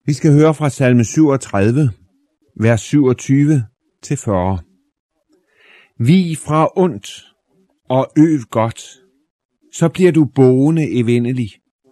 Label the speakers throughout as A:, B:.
A: Vi skal høre fra salme 37, vers 27-40. Vig fra ondt og øv godt, så bliver du boende evindelig.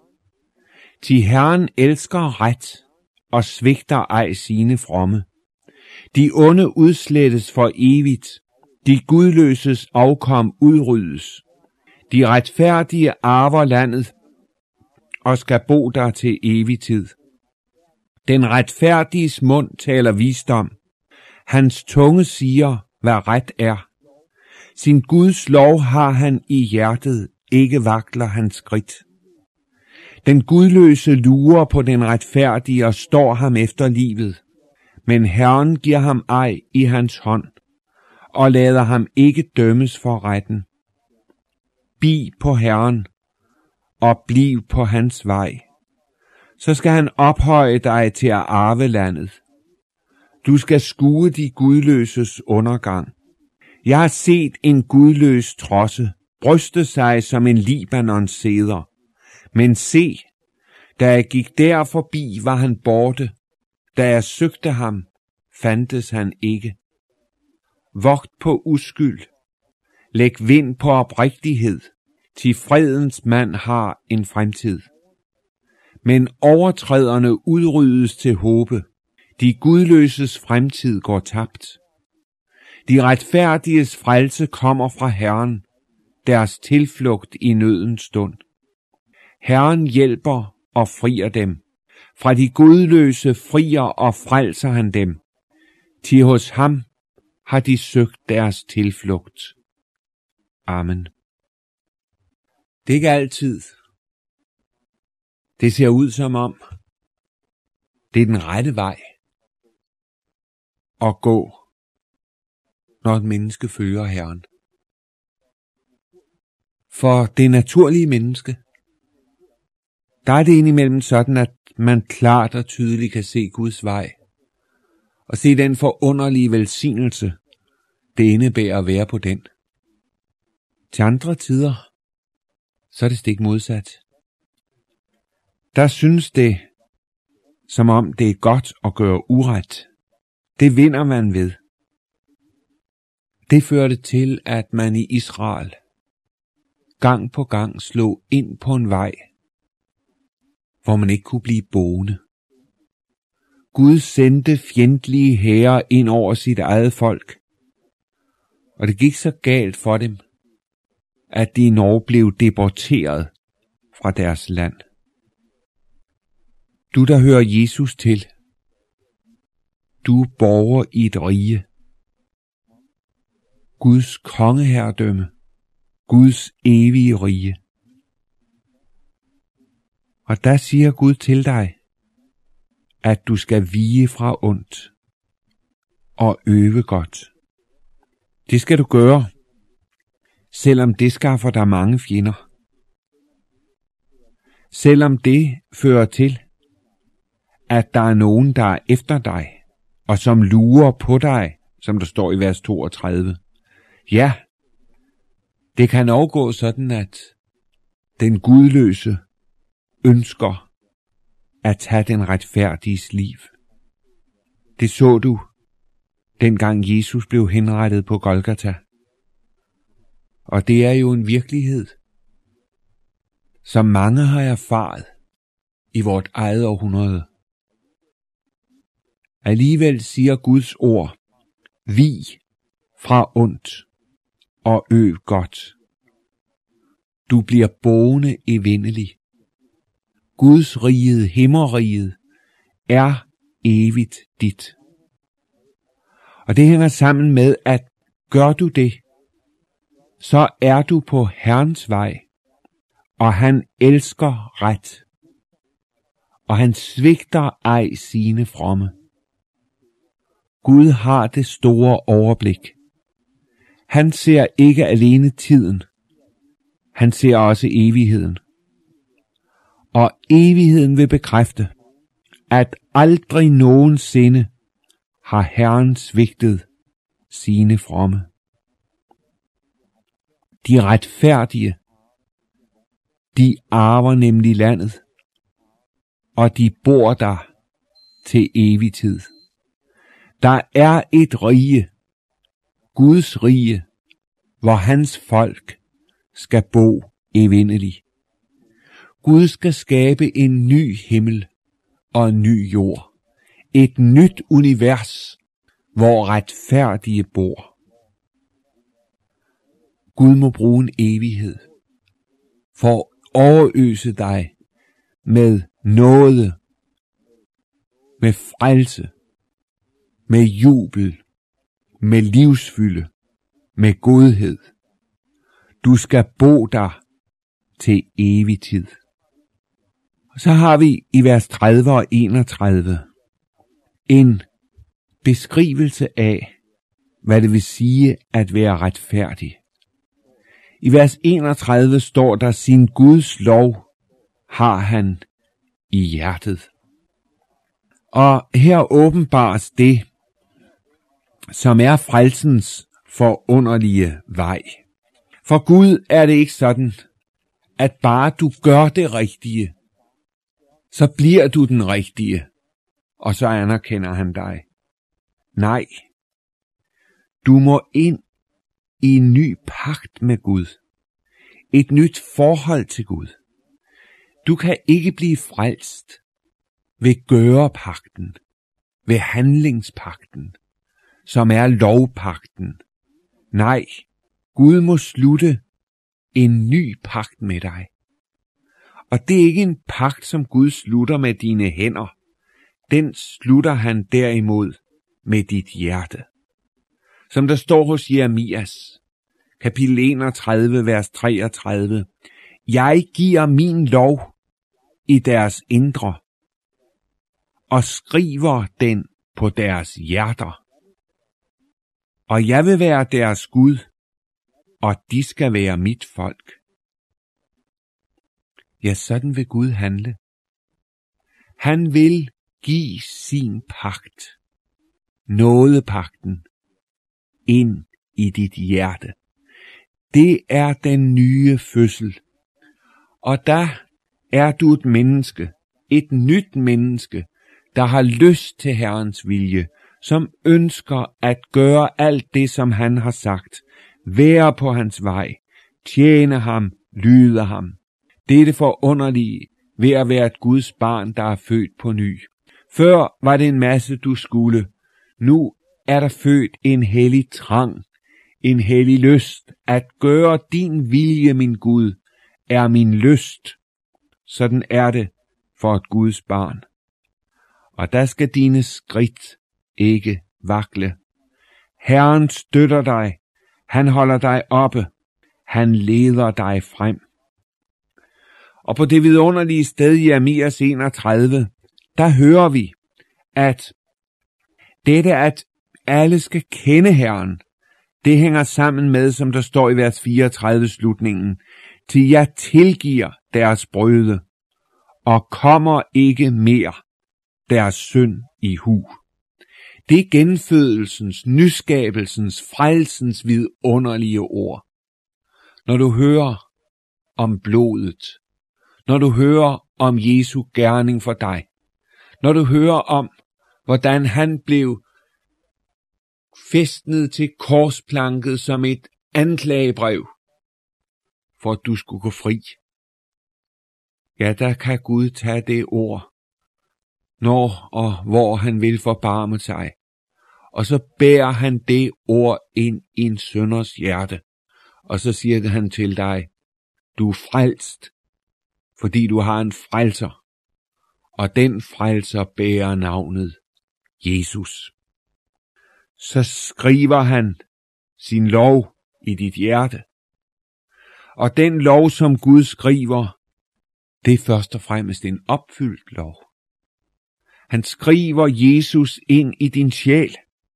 A: Thi Herren elsker ret og svigter ej sine fromme. De onde udslettes for evigt, de gudløses afkom udryddes. De retfærdige arver landet og skal bo der til evig tid. Den retfærdiges mund taler visdom. Hans tunge siger, hvad ret er. Sin Guds lov har han i hjertet, ikke vakler hans skridt. Den gudløse lurer på den retfærdige og står ham efter livet. Men Herren giver ham ej i hans hånd, og lader ham ikke dømmes for retten. Bi på Herren, og bliv på hans vej. Så skal han ophøje dig til at arve landet. Du skal skue de gudløses undergang. Jeg har set en gudløs trodse bryste sig som en Libanons ceder. Men se, da jeg gik der forbi, var han borte. Da jeg søgte ham, fandtes han ikke. Vogt på uskyld. Læg vind på oprigtighed, til fredens mand har en fremtid. Men overtræderne udryddes til håbe. De gudløses fremtid går tabt. De retfærdiges frelse kommer fra Herren, deres tilflugt i nødens stund. Herren hjælper og frier dem. Fra de gudløse frier og frelser han dem. Til hos ham har de søgt deres tilflugt. Amen. Det er ikke altid. Det ser ud som om, det er den rette vej at gå, når et menneske følger Herren. For det naturlige menneske, der er det indimellem sådan, at man klart og tydeligt kan se Guds vej, og se den forunderlige velsignelse, det indebærer at være på den. Til andre tider, så er det stik modsat. Der synes det, som om det er godt at gøre uret. Det vinder man ved. Det førte til, at man i Israel gang på gang slog ind på en vej, hvor man ikke kunne blive boende. Gud sendte fjendtlige hære ind over sit eget folk, og det gik så galt for dem, at de i Norge blev deporteret fra deres land. Du, der hører Jesus til, du er borger i et rige. Guds kongeherredømme, Guds evige rige. Og der siger Gud til dig, at du skal vige fra ondt og øve godt. Det skal du gøre, selvom det skaffer dig mange fjender. Selvom det fører til, at der er nogen, der er efter dig, og som lurer på dig, som der står i vers 32. Ja, det kan også gå sådan, at den gudløse ønsker at tage den retfærdiges liv. Det så du, dengang Jesus blev henrettet på Golgata. Og det er jo en virkelighed, som mange har erfaret i vort eget århundrede. Alligevel siger Guds ord, vig fra ondt og øv godt. Du bliver boende evindelig. Guds riget, himmeriget, er evigt dit. Og det hænger sammen med, at gør du det, så er du på Herrens vej, og han elsker ret, og han svigter ej sine fromme. Gud har det store overblik. Han ser ikke alene tiden, han ser også evigheden. Og evigheden vil bekræfte, at aldrig nogensinde har Herren svigtet sine fromme. De retfærdige, de arver nemlig landet, og de bor der til evig tid. Der er et rige, Guds rige, hvor hans folk skal bo evindeligt. Gud skal skabe en ny himmel og en ny jord. Et nyt univers, hvor retfærdige bor. Gud må bruge en evighed for at overøse dig med nåde, med frelse, med jubel, med livsfylde, med godhed. Du skal bo der til evig tid. Og så har vi i vers 30 og 31 en beskrivelse af, hvad det vil sige at være retfærdig. I vers 31 står der, sin Guds lov har han i hjertet. Og her åbenbares det, som er frelsens forunderlige vej. For Gud er det ikke sådan, at bare du gør det rigtige, så bliver du den rigtige, og så anerkender han dig. Nej, du må ind i en ny pagt med Gud. Et nyt forhold til Gud. Du kan ikke blive frelst ved gørepagten, ved handlingspagten, som er lovpagten. Nej, Gud må slutte en ny pagt med dig. Og det er ikke en pagt, som Gud slutter med dine hænder. Den slutter han derimod med dit hjerte. Som der står hos Jeremias, kapitel 31, vers 33. Jeg giver min lov i deres indre, og skriver den på deres hjerter. Og jeg vil være deres Gud, og de skal være mit folk. Ja, sådan vil Gud handle. Han vil give sin pagt, nådepagten, ind i dit hjerte. Det er den nye fødsel. Og der er du et menneske, et nyt menneske, der har lyst til Herrens vilje, som ønsker at gøre alt det, som han har sagt, være på hans vej, tjene ham, lyde ham. Det er det forunderlige ved at være et Guds barn, der er født på ny. Før var det en masse, du skulle. Nu er der født en hellig trang, en hellig lyst. At gøre din vilje, min Gud, er min lyst. Sådan er det for et Guds barn. Og der skal dine skridt ikke vakle. Herren støtter dig. Han holder dig oppe. Han leder dig frem. Og på det vidunderlige sted i Jeremias 31, der hører vi, at dette, at alle skal kende Herren, det hænger sammen med, som der står i vers 34 slutningen, til jeg tilgiver deres brøde, og kommer ikke mere deres synd i hu. Det er genfødelsens, nyskabelsens, frelsens vidunderlige ord. Når du hører om blodet, når du hører om Jesu gerning for dig, når du hører om, hvordan han blev fæstnet til korsplanket som et anklagebrev, for at du skulle gå fri. Ja, der kan Gud tage det ord, når og hvor han vil forbarme sig, og så bærer han det ord ind i en synders hjerte, og så siger han til dig, du er frelst, fordi du har en frelser, og den frelser bærer navnet Jesus. Så skriver han sin lov i dit hjerte. Og den lov, som Gud skriver, det er først og fremmest en opfyldt lov. Han skriver Jesus ind i din sjæl.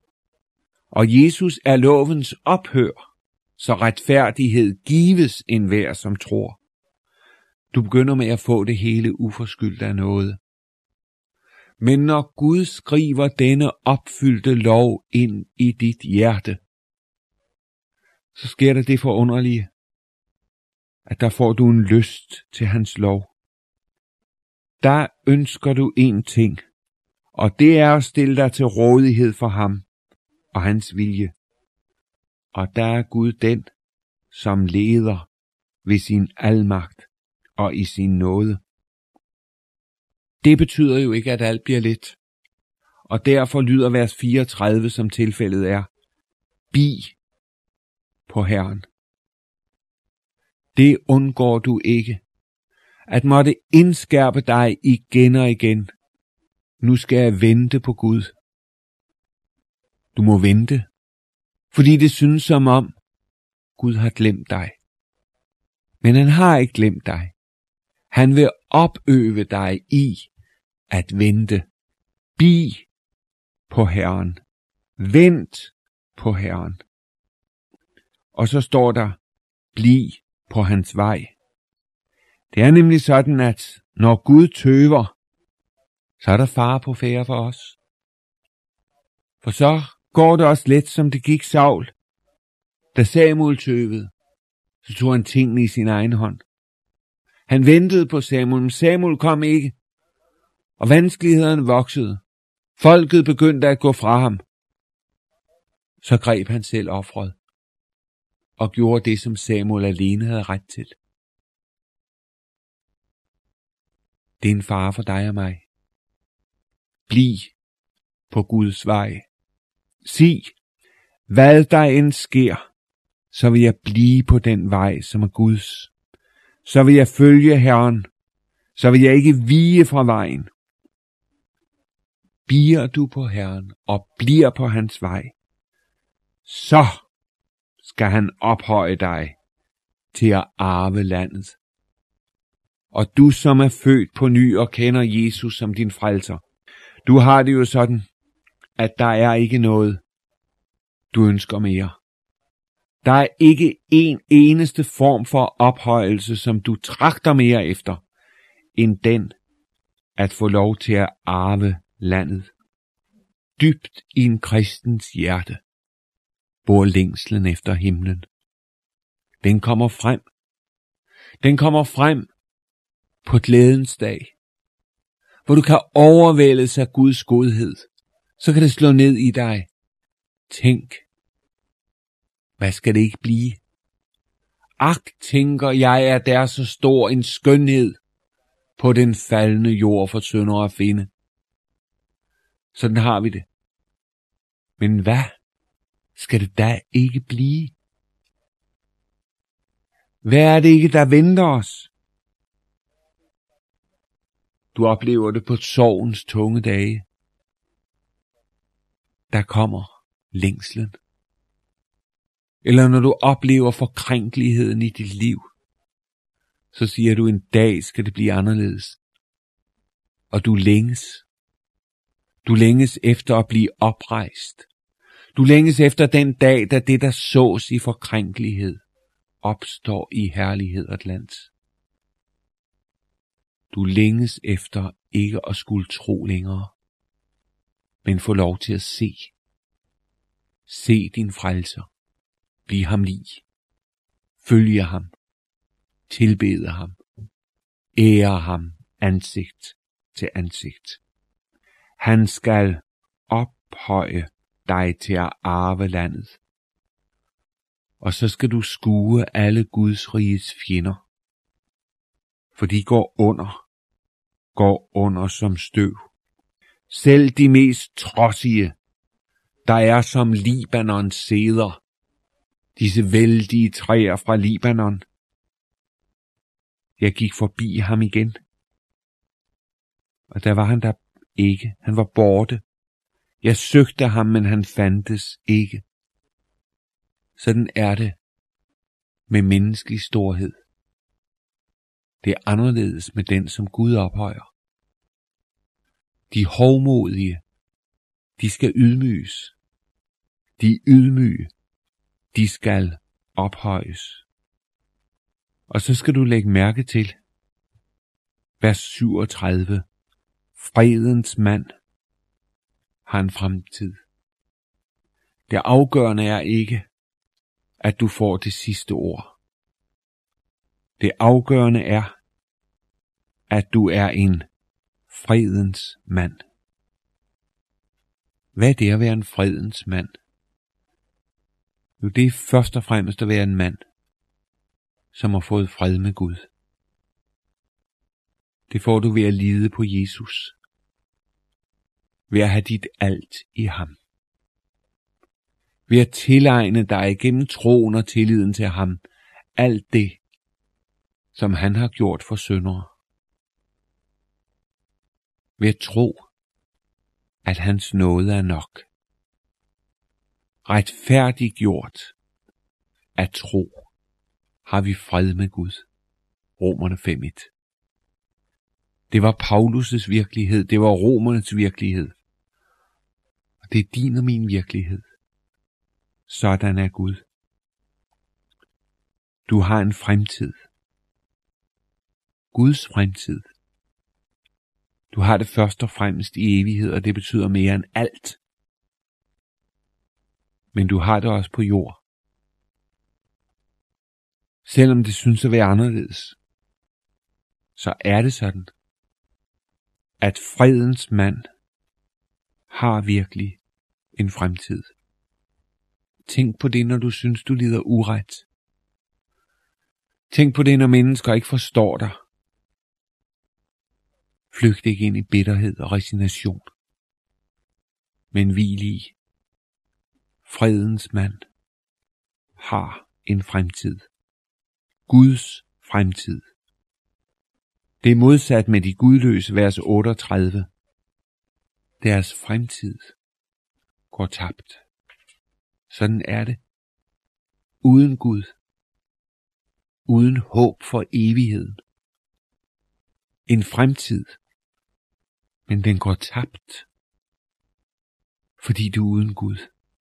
A: Og Jesus er lovens ophør, så retfærdighed gives enhver, som tror. Du begynder med at få det hele uforskyldt af noget. Men når Gud skriver denne opfyldte lov ind i dit hjerte, så sker der det forunderlige, at der får du en lyst til hans lov. Der ønsker du en ting, og det er at stille dig til rådighed for ham og hans vilje. Og der er Gud den, som leder ved sin almagt og i sin nåde. Det betyder jo ikke, at alt bliver let. Og derfor lyder vers 34, som tilfældet er: Bi på Herren. Det undgår du ikke, at måtte indskærpe dig igen og igen. Nu skal jeg vente på Gud. Du må vente, fordi det synes som om Gud har glemt dig. Men han har ikke glemt dig. Han vil opøve dig i at vente. Bi på Herren. Vent på Herren. Og så står der: bliv på hans vej. Det er nemlig sådan, at når Gud tøver, så er der fare på færde for os. For så går det også let, som det gik Saul. Da Samuel tøvede, så tog han tingene i sin egen hånd. Han ventede på Samuel, men Samuel kom ikke. Og vanskelighederne voksede. Folket begyndte at gå fra ham. Så greb han selv offeret og gjorde det, som Samuel alene havde ret til. Det er en fare for dig og mig. Bliv på Guds vej. Sig, hvad der end sker, så vil jeg blive på den vej, som er Guds. Så vil jeg følge Herren. Så vil jeg ikke vige fra vejen. Bier du på Herren og bliver på hans vej, så skal han ophøje dig til at arve landet. Og du, som er født på ny og kender Jesus som din frelser, du har det jo sådan, at der er ikke noget, du ønsker mere. Der er ikke en eneste form for ophøjelse, som du tragter mere efter, end den at få lov til at arve landet. Dybt i en kristens hjerte bor længslen efter himlen. Den kommer frem. Den kommer frem på glædens dag, hvor du kan overvældes af Guds godhed. Så kan det slå ned i dig. Tænk, hvad skal det ikke blive? Ak, tænker jeg, at der er så stor en skønhed på den faldne jord for syndere at finde. Sådan har vi det. Men hvad skal det da ikke blive? Hvad er det ikke, der venter os? Du oplever det på sorgens tunge dage. Der kommer længslen. Eller når du oplever forkrænkeligheden i dit liv, så siger du, en dag skal det blive anderledes. Og du længes. Du længes efter at blive oprejst. Du længes efter den dag, da det, der sås i forkrænkelighed, opstår i herlighed og glans. Du længes efter ikke at skulle tro længere, men få lov til at se. Se din frelser. Bliv ham lig. Følge ham. Tilbede ham. Ære ham ansigt til ansigt. Han skal ophøje dig til at arve landet. Og så skal du skue alle Guds riges fjender. For de går under som støv. Selv de mest trodsige, der er som Libanons ceder, disse vældige træer fra Libanon. Jeg gik forbi ham igen, og der var han der ikke. Han var borte. Jeg søgte ham, men han fandtes ikke. Sådan er det med menneskelig storhed. Det er anderledes med den, som Gud ophøjer. De hovmodige, de skal ydmyges. De ydmyge, de skal ophøjes. Og så skal du lægge mærke til vers 37. Fredens mand har en fremtid. Det afgørende er ikke, at du får det sidste ord. Det afgørende er, at du er en fredens mand. Hvad er det at være en fredens mand? Jo, det er først og fremmest at være en mand, som har fået fred med Gud. Det får du ved at lide på Jesus. Ved at have dit alt i ham. Ved at tilegne dig gennem troen og tilliden til ham alt det, som han har gjort for syndere. Ved at tro, at hans nåde er nok. Retfærdiggjort af tro har vi fred med Gud. Romerne 5:1. Det var Paulus' virkelighed, det var romernes virkelighed. Og det er din og min virkelighed. Sådan er Gud. Du har en fremtid. Guds fremtid. Du har det først og fremmest i evighed, og det betyder mere end alt. Men du har det også på jord. Selvom det synes at være anderledes, så er det sådan, at fredens mand har virkelig en fremtid. Tænk på det, når du synes, du lider uret. Tænk på det, når mennesker ikke forstår dig. Flygt ikke ind i bitterhed og resignation, men hvil i. Fredens mand har en fremtid. Guds fremtid. Det er modsat med de gudløse, vers 38. Deres fremtid går tabt. Sådan er det. Uden Gud. Uden håb for evigheden. En fremtid. Men den går tabt. Fordi du er uden Gud.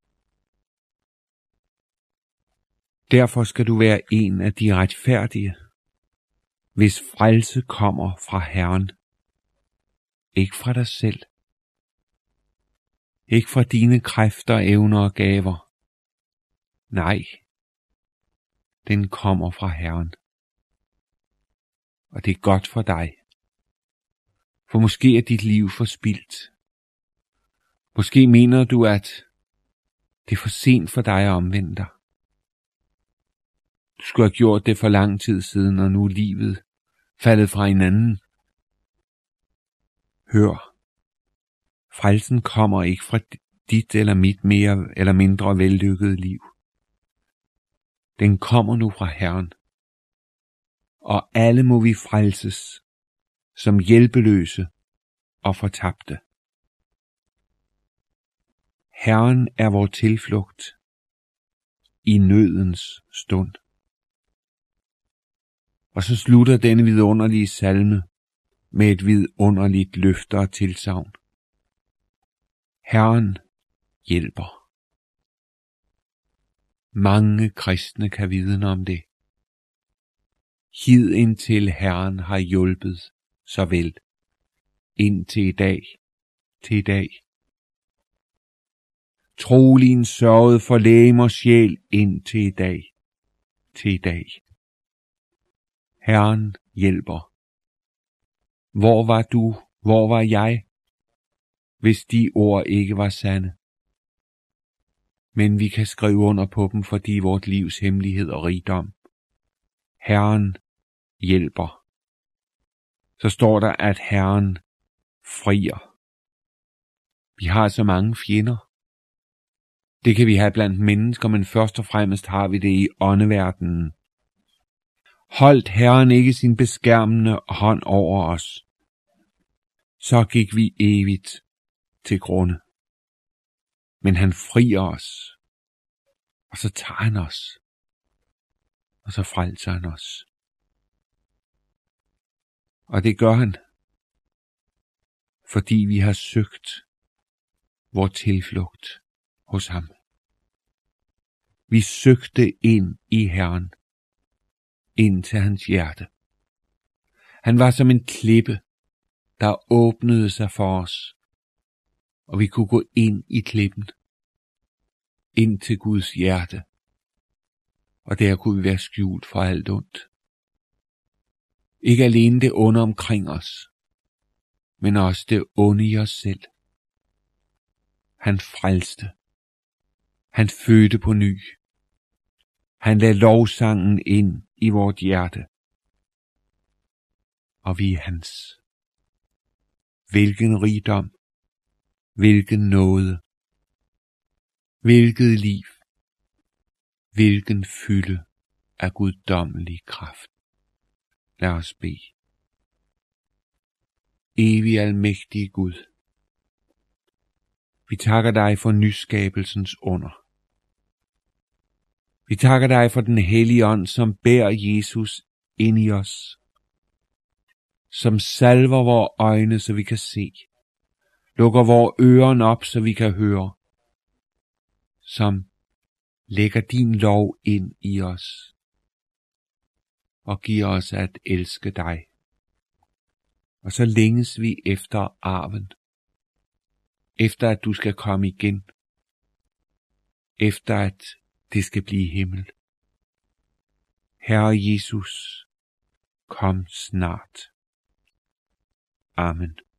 A: Derfor skal du være en af de retfærdige, hvis frelse kommer fra Herren. Ikke fra dig selv. Ikke fra dine kræfter, evner og gaver. Nej, den kommer fra Herren. Og det er godt for dig. For måske er dit liv forspildt. Måske mener du, at det er for sent for dig at omvende dig. Du skulle have gjort det for lang tid siden, og nu er livet faldet fra hinanden. Hør, frelsen kommer ikke fra dit eller mit mere eller mindre vellykkede liv. Den kommer nu fra Herren. Og alle må vi frelses som hjælpeløse og fortabte. Herren er vor tilflugt i nødens stund. Og så slutter denne vidunderlige salme med et vidunderligt løfte og tilsagn. Herren hjælper. Mange kristne kan vidne om det. Hid indtil Herren har hjulpet så vel. Indtil i dag, til i dag. Trolig en sørget for legem og sjæl indtil i dag, til i dag. Herren hjælper. Hvor var du, hvor var jeg, hvis de ord ikke var sande? Men vi kan skrive under på dem, fordi vort livs hemmelighed og rigdom. Herren hjælper. Så står der, at Herren frier. Vi har så mange fjender. Det kan vi have blandt mennesker, men først og fremmest har vi det i åndeverdenen. Holdt Herren ikke sin beskærmende hånd over os, så gik vi evigt til grunde. Men han frier os, og så tager han os, og så frelser han os. Og det gør han, fordi vi har søgt vor tilflugt hos ham. Vi søgte ind i Herren, ind til hans hjerte. Han var som en klippe, der åbnede sig for os, og vi kunne gå ind i klippen, ind til Guds hjerte, og der kunne vi være skjult for alt ondt. Ikke alene det onde omkring os, men også det onde i os selv. Han frelste. Han fødte på ny. Han lagde lovsangen ind i vort hjerte. Og vi er hans. Hvilken rigdom, hvilken nåde, hvilket liv, hvilken fylde af guddommelig kraft. Lad os bede. Evig almægtige Gud, vi takker dig for nyskabelsens under. Vi takker dig for den hellige ånd, som bærer Jesus ind i os, som salver vores øjne, så vi kan se, lukker vores ører op, så vi kan høre, som lægger din lov ind i os og giver os at elske dig. Og så længes vi efter arven, efter at du skal komme igen, efter at det skal blive himmel. Herre Jesus, kom snart. Amen.